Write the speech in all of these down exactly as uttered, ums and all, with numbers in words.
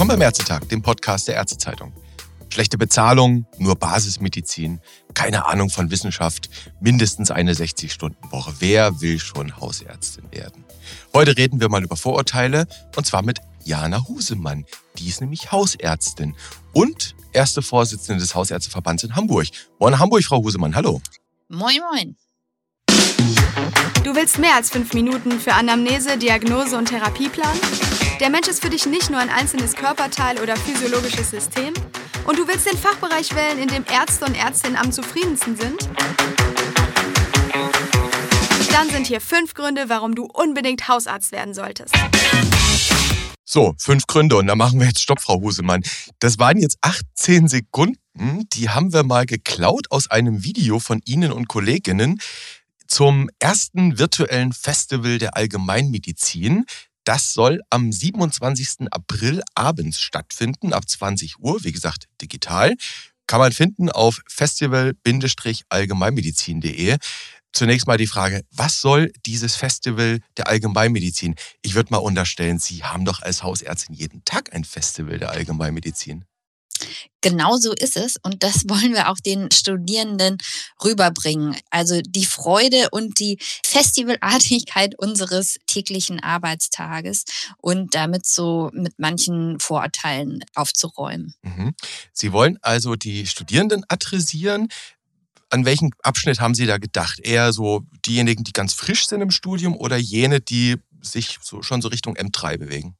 Willkommen beim Ärztetag, dem Podcast der Ärztezeitung. Schlechte Bezahlung, nur Basismedizin, keine Ahnung von Wissenschaft, mindestens eine sechzig-Stunden-Woche. Wer will schon Hausärztin werden? Heute reden wir mal über Vorurteile und zwar mit Jana Husemann. Die ist nämlich Hausärztin und erste Vorsitzende des Hausärzteverbands in Hamburg. Moin Hamburg, Frau Husemann, hallo. Moin, moin. Du willst mehr als fünf Minuten für Anamnese, Diagnose und Therapieplan? Der Mensch ist für dich nicht nur ein einzelnes Körperteil oder physiologisches System? Und du willst den Fachbereich wählen, in dem Ärzte und Ärztinnen am zufriedensten sind? Dann sind hier fünf Gründe, warum du unbedingt Hausarzt werden solltest. So, fünf Gründe und da machen wir jetzt Stopp, Frau Husemann. Das waren jetzt achtzehn Sekunden, die haben wir mal geklaut aus einem Video von Ihnen und Kolleginnen zum ersten virtuellen Festival der Allgemeinmedizin. Das soll am siebenundzwanzigsten April abends stattfinden, ab zwanzig Uhr, wie gesagt, digital. Kann man finden auf festival Bindestrich allgemeinmedizin punkt de. Zunächst mal die Frage, was soll dieses Festival der Allgemeinmedizin? Ich würde mal unterstellen, Sie haben doch als Hausärztin jeden Tag ein Festival der Allgemeinmedizin. Genau so ist es und das wollen wir auch den Studierenden rüberbringen. Also die Freude und die Festivalartigkeit unseres täglichen Arbeitstages und damit so mit manchen Vorurteilen aufzuräumen. Mhm. Sie wollen also die Studierenden adressieren. An welchen Abschnitt haben Sie da gedacht? Eher so diejenigen, die ganz frisch sind im Studium oder jene, die sich so schon so Richtung M drei bewegen?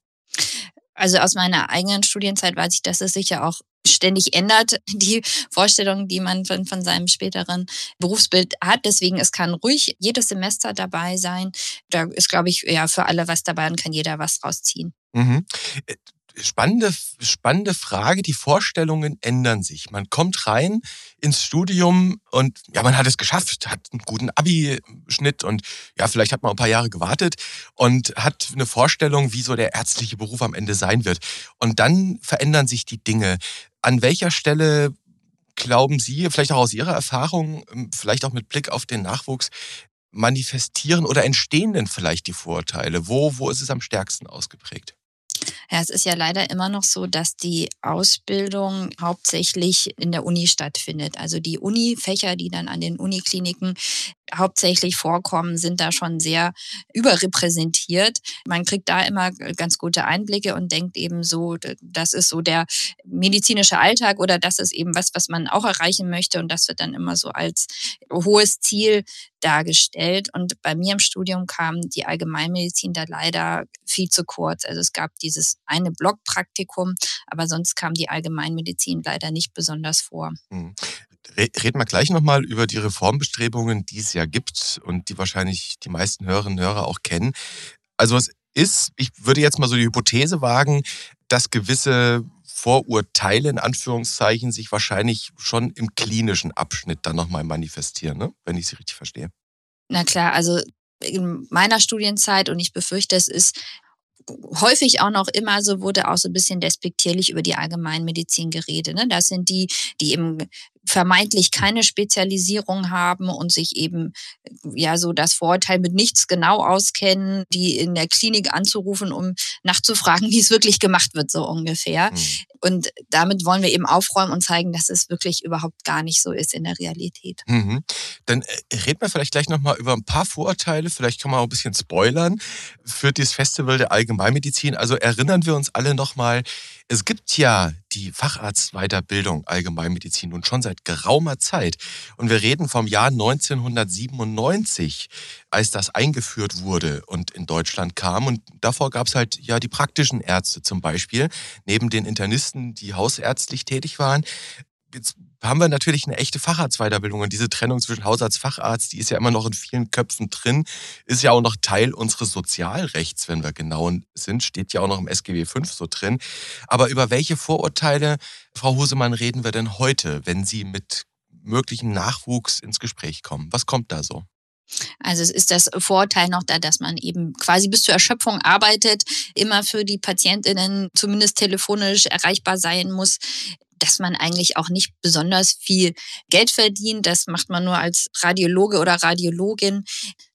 Also aus meiner eigenen Studienzeit weiß ich, dass es sich ja auch ständig ändert, die Vorstellung, die man von, von seinem späteren Berufsbild hat. Deswegen, es kann ruhig jedes Semester dabei sein. Da ist, glaube ich, ja für alle was dabei und kann jeder was rausziehen. Mhm. Spannende, spannende Frage. Die Vorstellungen ändern sich. Man kommt rein ins Studium und ja, man hat es geschafft, hat einen guten Abi-Schnitt und ja, vielleicht hat man ein paar Jahre gewartet und hat eine Vorstellung, wie so der ärztliche Beruf am Ende sein wird. Und dann verändern sich die Dinge. An welcher Stelle glauben Sie, vielleicht auch aus Ihrer Erfahrung, vielleicht auch mit Blick auf den Nachwuchs, manifestieren oder entstehen denn vielleicht die Vorurteile? Wo, wo ist es am stärksten ausgeprägt? Ja, es ist ja leider immer noch so, dass die Ausbildung hauptsächlich in der Uni stattfindet. Also die Uni-Fächer, die dann an den Unikliniken hauptsächlich vorkommen, sind da schon sehr überrepräsentiert. Man kriegt da immer ganz gute Einblicke und denkt eben so, das ist so der medizinische Alltag oder das ist eben was, was man auch erreichen möchte und das wird dann immer so als hohes Ziel dargestellt. Und bei mir im Studium kam die Allgemeinmedizin da leider viel zu kurz. Also es gab dieses eine Blockpraktikum, aber sonst kam die Allgemeinmedizin leider nicht besonders vor. Hm. Reden wir gleich nochmal über die Reformbestrebungen, die es ja gibt und die wahrscheinlich die meisten Hörerinnen und Hörer auch kennen. Also es ist, ich würde jetzt mal so die Hypothese wagen, dass gewisse Vorurteile in Anführungszeichen sich wahrscheinlich schon im klinischen Abschnitt dann nochmal manifestieren, ne? Wenn ich Sie richtig verstehe. Na klar, also in meiner Studienzeit und ich befürchte, es ist häufig auch noch immer so, wurde auch so ein bisschen despektierlich über die Allgemeinmedizin geredet. Ne? Das sind die, die eben vermeintlich keine Spezialisierung haben und sich eben ja so das Vorurteil mit nichts genau auskennen, die in der Klinik anzurufen, um nachzufragen, wie es wirklich gemacht wird, so ungefähr. Mhm. Und damit wollen wir eben aufräumen und zeigen, dass es wirklich überhaupt gar nicht so ist in der Realität. Mhm. Dann reden wir vielleicht gleich nochmal über ein paar Vorurteile. Vielleicht kann man auch ein bisschen spoilern für dieses Festival der Allgemeinmedizin. Also erinnern wir uns alle nochmal, es gibt ja die Facharztweiterbildung Allgemeinmedizin nun schon seit geraumer Zeit. Und wir reden vom Jahr neunzehnhundertsiebenundneunzig, als das eingeführt wurde und in Deutschland kam. Und davor gab es halt ja die praktischen Ärzte zum Beispiel, neben den Internisten, die hausärztlich tätig waren. Jetzt haben wir natürlich eine echte Facharztweiterbildung und diese Trennung zwischen Hausarzt, Facharzt, die ist ja immer noch in vielen Köpfen drin, ist ja auch noch Teil unseres Sozialrechts, wenn wir genau sind, steht ja auch noch im S G B fünf so drin. Aber über welche Vorurteile, Frau Husemann, reden wir denn heute, wenn Sie mit möglichem Nachwuchs ins Gespräch kommen? Was kommt da so? Also es ist das Vorurteil noch da, dass man eben quasi bis zur Erschöpfung arbeitet, immer für die PatientInnen zumindest telefonisch erreichbar sein muss, dass man eigentlich auch nicht besonders viel Geld verdient. Das macht man nur als Radiologe oder Radiologin.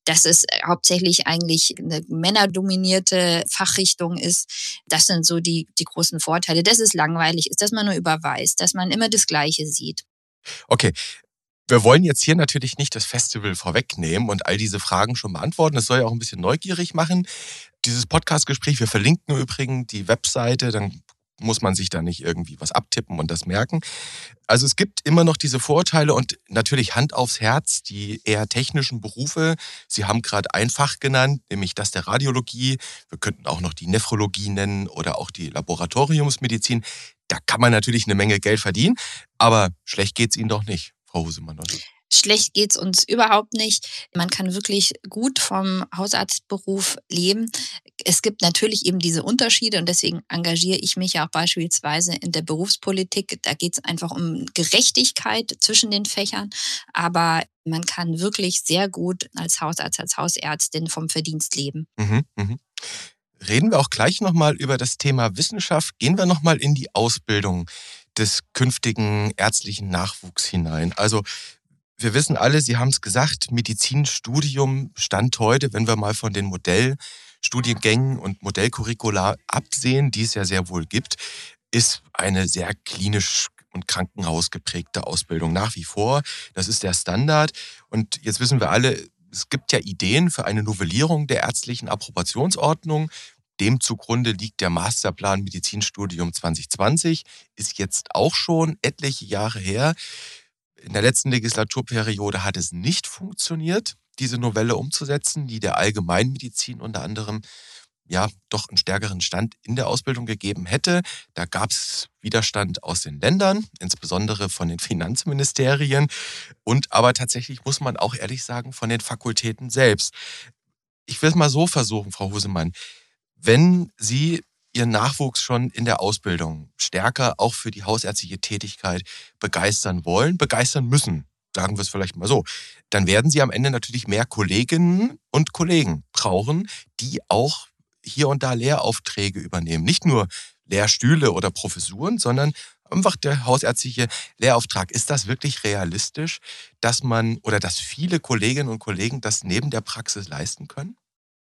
dass es hauptsächlich eigentlich eine männerdominierte Fachrichtung ist. Das sind so die, die großen Vorteile. Dass es langweilig ist, dass man nur überweist, dass man immer das Gleiche sieht. Okay. Wir wollen jetzt hier natürlich nicht das Festival vorwegnehmen und all diese Fragen schon beantworten. Das soll ja auch ein bisschen neugierig machen. Dieses Podcast-Gespräch, wir verlinken übrigens die Webseite, dann muss man sich da nicht irgendwie was abtippen und das merken. Also es gibt immer noch diese Vorteile und natürlich Hand aufs Herz, die eher technischen Berufe. Sie haben gerade ein Fach genannt, nämlich das der Radiologie. Wir könnten auch noch die Nephrologie nennen oder auch die Laboratoriumsmedizin. Da kann man natürlich eine Menge Geld verdienen, aber schlecht geht's Ihnen doch nicht, Frau Husemann, oder? Schlecht geht's uns überhaupt nicht. Man kann wirklich gut vom Hausarztberuf leben. Es gibt natürlich eben diese Unterschiede und deswegen engagiere ich mich ja auch beispielsweise in der Berufspolitik. Da geht's einfach um Gerechtigkeit zwischen den Fächern. Aber man kann wirklich sehr gut als Hausarzt, als Hausärztin vom Verdienst leben. Mhm, mhm. Reden wir auch gleich nochmal über das Thema Wissenschaft. Gehen wir nochmal in die Ausbildung des künftigen ärztlichen Nachwuchs hinein. Also wir wissen alle, Sie haben es gesagt, Medizinstudium Stand heute, wenn wir mal von den Modellstudiengängen und Modellcurricula absehen, die es ja sehr wohl gibt, ist eine sehr klinisch und krankenhausgeprägte Ausbildung nach wie vor. Das ist der Standard. Und jetzt wissen wir alle, es gibt ja Ideen für eine Novellierung der ärztlichen Approbationsordnung. Dem zugrunde liegt der Masterplan Medizinstudium zwanzig zwanzig, ist jetzt auch schon etliche Jahre her. In der letzten Legislaturperiode hat es nicht funktioniert, diese Novelle umzusetzen, die der Allgemeinmedizin unter anderem ja doch einen stärkeren Stand in der Ausbildung gegeben hätte. Da gab es Widerstand aus den Ländern, insbesondere von den Finanzministerien und aber tatsächlich muss man auch ehrlich sagen von den Fakultäten selbst. Ich will es mal so versuchen, Frau Husemann, wenn Sie Ihren Nachwuchs schon in der Ausbildung stärker auch für die hausärztliche Tätigkeit begeistern wollen, begeistern müssen, sagen wir es vielleicht mal so, dann werden Sie am Ende natürlich mehr Kolleginnen und Kollegen brauchen, die auch hier und da Lehraufträge übernehmen. Nicht nur Lehrstühle oder Professuren, sondern einfach der hausärztliche Lehrauftrag. Ist das wirklich realistisch, dass man oder dass viele Kolleginnen und Kollegen das neben der Praxis leisten können?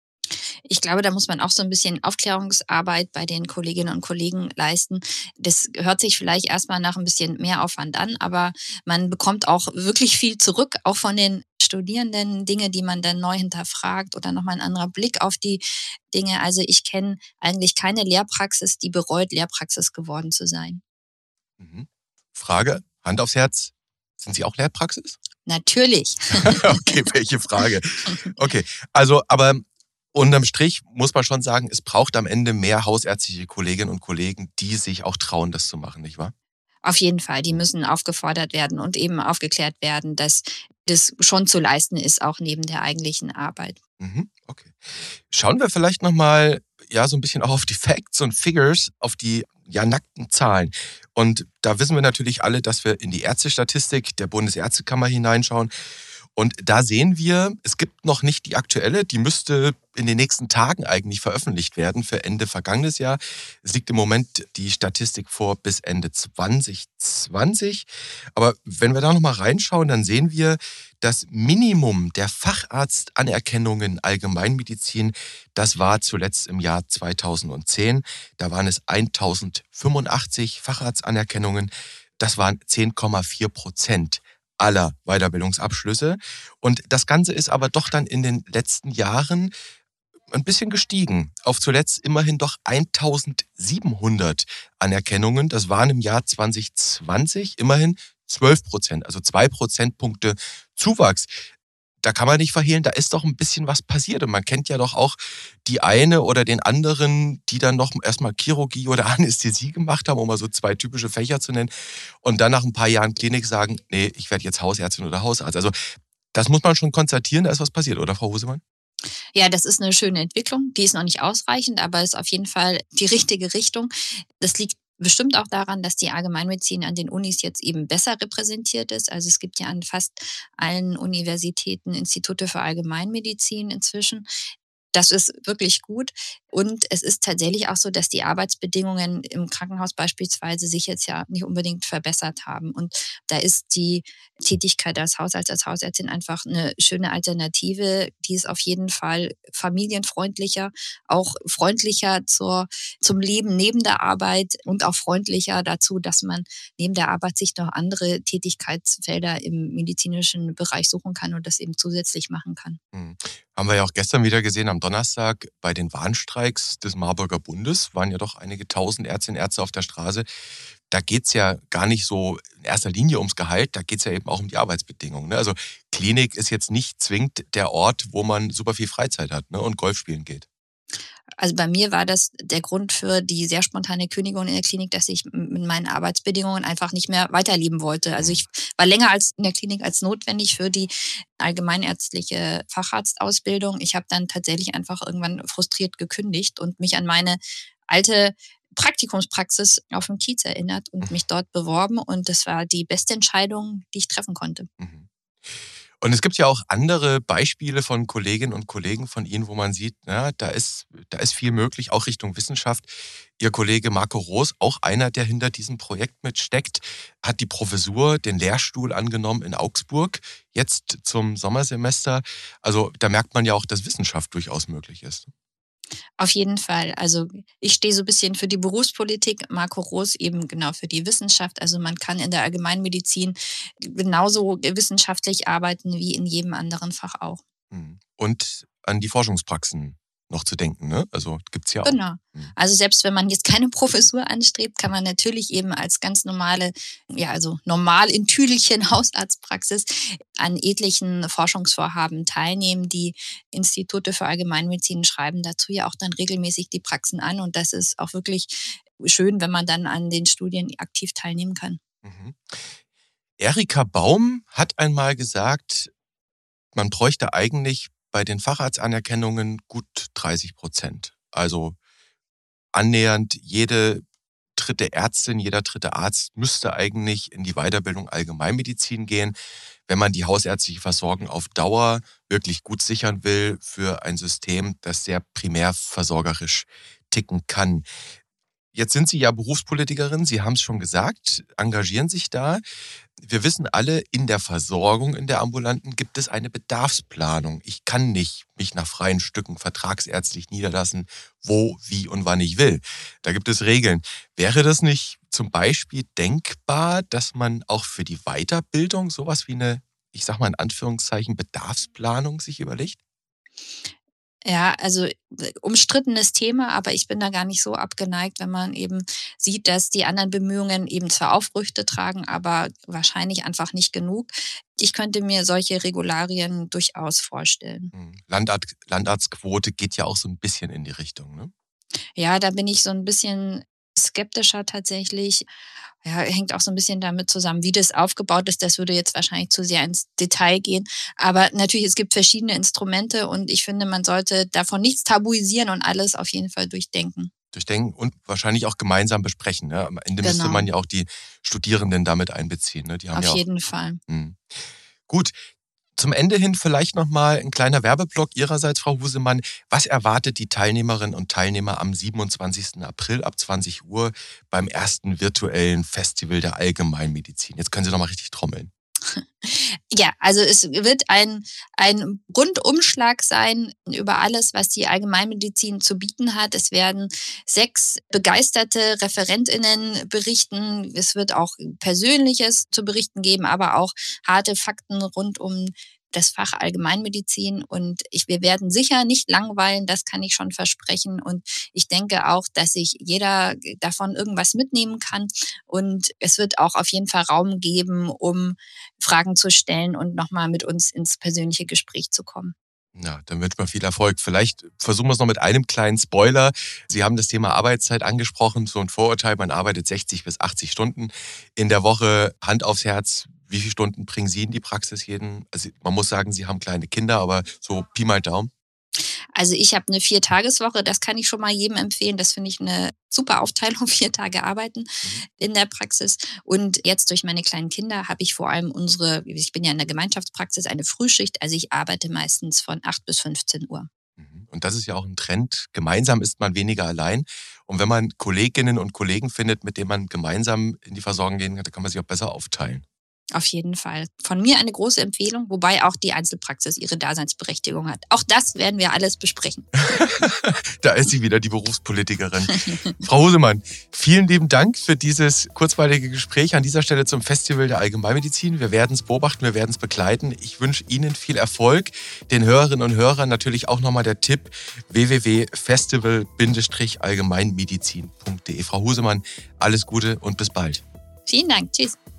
Ich glaube, da muss man auch so ein bisschen Aufklärungsarbeit bei den Kolleginnen und Kollegen leisten. Das hört sich vielleicht erstmal nach ein bisschen mehr Aufwand an, aber man bekommt auch wirklich viel zurück, auch von den Studierenden, Dinge, die man dann neu hinterfragt oder nochmal ein anderer Blick auf die Dinge. Also ich kenne eigentlich keine Lehrpraxis, die bereut, Lehrpraxis geworden zu sein. Mhm. Frage, Hand aufs Herz, sind Sie auch Lehrpraxis? Natürlich. Okay, welche Frage? Okay, also aber unterm Strich muss man schon sagen, es braucht am Ende mehr hausärztliche Kolleginnen und Kollegen, die sich auch trauen, das zu machen, nicht wahr? Auf jeden Fall, die müssen aufgefordert werden und eben aufgeklärt werden, dass das schon zu leisten ist, auch neben der eigentlichen Arbeit. Mhm, okay. Schauen wir vielleicht nochmal ja, so ein bisschen auch auf die Facts und Figures, auf die ja, nackten Zahlen. Und da wissen wir natürlich alle, dass wir in die Ärztestatistik der Bundesärztekammer hineinschauen. Und da sehen wir, es gibt noch nicht die aktuelle, die müsste in den nächsten Tagen eigentlich veröffentlicht werden für Ende vergangenes Jahr. Es liegt im Moment die Statistik vor bis Ende zwanzig zwanzig. Aber wenn wir da nochmal reinschauen, dann sehen wir, das Minimum der Facharztanerkennungen Allgemeinmedizin, das war zuletzt im Jahr zweitausendzehn. Da waren es tausendfünfundachtzig Facharztanerkennungen. Das waren zehn Komma vier Prozent aller Weiterbildungsabschlüsse. Und das Ganze ist aber doch dann in den letzten Jahren ein bisschen gestiegen. Auf zuletzt immerhin doch eintausendsiebenhundert Anerkennungen. Das waren im Jahr zwanzig zwanzig immerhin zwölf Prozent, also zwei Prozentpunkte Zuwachs. Da kann man nicht verhehlen, da ist doch ein bisschen was passiert. Und man kennt ja doch auch die eine oder den anderen, die dann noch erstmal Chirurgie oder Anästhesie gemacht haben, um mal so zwei typische Fächer zu nennen. Und dann nach ein paar Jahren Klinik sagen, nee, ich werde jetzt Hausärztin oder Hausarzt. Also das muss man schon konstatieren, da ist was passiert, oder Frau Husemann? Ja, das ist eine schöne Entwicklung. Die ist noch nicht ausreichend, aber ist auf jeden Fall die richtige Richtung. Das liegt bestimmt auch daran, dass die Allgemeinmedizin an den Unis jetzt eben besser repräsentiert ist. Also es gibt ja an fast allen Universitäten Institute für Allgemeinmedizin inzwischen. Das ist wirklich gut. Und es ist tatsächlich auch so, dass die Arbeitsbedingungen im Krankenhaus beispielsweise sich jetzt ja nicht unbedingt verbessert haben. Und da ist die Tätigkeit als Hausarzt, als Hausärztin einfach eine schöne Alternative. Die ist auf jeden Fall familienfreundlicher, auch freundlicher zur, zum Leben neben der Arbeit und auch freundlicher dazu, dass man neben der Arbeit sich noch andere Tätigkeitsfelder im medizinischen Bereich suchen kann und das eben zusätzlich machen kann. Hm. Haben wir ja auch gestern wieder gesehen, am Donnerstag bei den Warnstreiks des Marburger Bundes waren ja doch einige tausend Ärztinnen und Ärzte auf der Straße. Da geht's ja gar nicht so in erster Linie ums Gehalt, da geht's ja eben auch um die Arbeitsbedingungen. Ne? Also Klinik ist jetzt nicht zwingend der Ort, wo man super viel Freizeit hat, ne? Und Golf spielen geht. Also bei mir war das der Grund für die sehr spontane Kündigung in der Klinik, dass ich mit meinen Arbeitsbedingungen einfach nicht mehr weiterleben wollte. Also ich war länger als in der Klinik als notwendig für die allgemeinärztliche Facharztausbildung. Ich habe dann tatsächlich einfach irgendwann frustriert gekündigt und mich an meine alte Praktikumspraxis auf dem Kiez erinnert und mich dort beworben. Und das war die beste Entscheidung, die ich treffen konnte. Mhm. Und es gibt ja auch andere Beispiele von Kolleginnen und Kollegen von Ihnen, wo man sieht, na, da ist, da ist viel möglich, auch Richtung Wissenschaft. Ihr Kollege Marco Roos, auch einer, der hinter diesem Projekt mitsteckt, hat die Professur, den Lehrstuhl angenommen in Augsburg, jetzt zum Sommersemester. Also da merkt man ja auch, dass Wissenschaft durchaus möglich ist. Auf jeden Fall. Also ich stehe so ein bisschen für die Berufspolitik, Marco Roos eben genau für die Wissenschaft. Also man kann in der Allgemeinmedizin genauso wissenschaftlich arbeiten wie in jedem anderen Fach auch. Hm. Und an die Forschungspraxen noch zu denken, ne? Also gibt's ja auch. Genau. Also selbst wenn man jetzt keine Professur anstrebt, kann man natürlich eben als ganz normale, ja also normal in Tüdelchen Hausarztpraxis an etlichen Forschungsvorhaben teilnehmen. Die Institute für Allgemeinmedizin schreiben dazu ja auch dann regelmäßig die Praxen an und das ist auch wirklich schön, wenn man dann an den Studien aktiv teilnehmen kann. Mhm. Erika Baum hat einmal gesagt, man bräuchte eigentlich bei den Facharztanerkennungen gut dreißig Prozent. Also annähernd jede dritte Ärztin, jeder dritte Arzt müsste eigentlich in die Weiterbildung Allgemeinmedizin gehen, wenn man die hausärztliche Versorgung auf Dauer wirklich gut sichern will für ein System, das sehr primärversorgerisch ticken kann. Jetzt sind Sie ja Berufspolitikerin, Sie haben es schon gesagt, engagieren sich da. Wir wissen alle, in der Versorgung, in der ambulanten, gibt es eine Bedarfsplanung. Ich kann nicht mich nach freien Stücken vertragsärztlich niederlassen, wo, wie und wann ich will. Da gibt es Regeln. Wäre das nicht zum Beispiel denkbar, dass man auch für die Weiterbildung sowas wie eine, ich sag mal in Anführungszeichen, Bedarfsplanung sich überlegt? Ja, also umstrittenes Thema, aber ich bin da gar nicht so abgeneigt, wenn man eben sieht, dass die anderen Bemühungen eben zwar auch Früchte tragen, aber wahrscheinlich einfach nicht genug. Ich könnte mir solche Regularien durchaus vorstellen. Landarzt, Landarztquote geht ja auch so ein bisschen in die Richtung, ne? Ja, da bin ich so ein bisschen skeptischer tatsächlich. Ja, hängt auch so ein bisschen damit zusammen, wie das aufgebaut ist. Das würde jetzt wahrscheinlich zu sehr ins Detail gehen. Aber natürlich, es gibt verschiedene Instrumente und ich finde, man sollte davon nichts tabuisieren und alles auf jeden Fall durchdenken. Durchdenken und wahrscheinlich auch gemeinsam besprechen. Ne? Am Ende müsste Genau. man ja auch die Studierenden damit einbeziehen. Ne? Die haben Auf ja auch, jeden Fall. Hm. Gut, zum Ende hin vielleicht nochmal ein kleiner Werbeblock Ihrerseits, Frau Husemann. Was erwartet die Teilnehmerinnen und Teilnehmer am siebenundzwanzigsten April ab zwanzig Uhr beim ersten virtuellen Festival der Allgemeinmedizin? Jetzt können Sie nochmal richtig trommeln. Ja, also es wird ein, ein Rundumschlag sein über alles, was die Allgemeinmedizin zu bieten hat. Es werden sechs begeisterte ReferentInnen berichten. Es wird auch Persönliches zu berichten geben, aber auch harte Fakten rund um das Fach Allgemeinmedizin. Und ich, wir werden sicher nicht langweilen, das kann ich schon versprechen. Und ich denke auch, dass sich jeder davon irgendwas mitnehmen kann. Und es wird auch auf jeden Fall Raum geben, um Fragen zu stellen und nochmal mit uns ins persönliche Gespräch zu kommen. Ja, dann wünschen wir viel Erfolg. Vielleicht versuchen wir es noch mit einem kleinen Spoiler. Sie haben das Thema Arbeitszeit angesprochen, so ein Vorurteil, man arbeitet sechzig bis achtzig Stunden in der Woche. Hand aufs Herz, wie viele Stunden bringen Sie in die Praxis jeden? Also man muss sagen, Sie haben kleine Kinder, aber so Pi mal Daumen. Also ich habe eine Viertageswoche, das kann ich schon mal jedem empfehlen. Das finde ich eine super Aufteilung, vier Tage arbeiten mhm. in der Praxis. Und jetzt durch meine kleinen Kinder habe ich vor allem unsere, ich bin ja in der Gemeinschaftspraxis, eine Frühschicht. Also ich arbeite meistens von acht bis fünfzehn Uhr. Und das ist ja auch ein Trend. Gemeinsam ist man weniger allein. Und wenn man Kolleginnen und Kollegen findet, mit denen man gemeinsam in die Versorgung gehen kann, dann kann man sich auch besser aufteilen. Auf jeden Fall. Von mir eine große Empfehlung, wobei auch die Einzelpraxis ihre Daseinsberechtigung hat. Auch das werden wir alles besprechen. Da ist sie wieder, die Berufspolitikerin. Frau Hosemann, vielen lieben Dank für dieses kurzweilige Gespräch an dieser Stelle zum Festival der Allgemeinmedizin. Wir werden es beobachten, wir werden es begleiten. Ich wünsche Ihnen viel Erfolg. Den Hörerinnen und Hörern natürlich auch nochmal der Tipp w w w punkt festival Bindestrich allgemeinmedizin punkt de. Frau Hosemann, alles Gute und bis bald. Vielen Dank. Tschüss.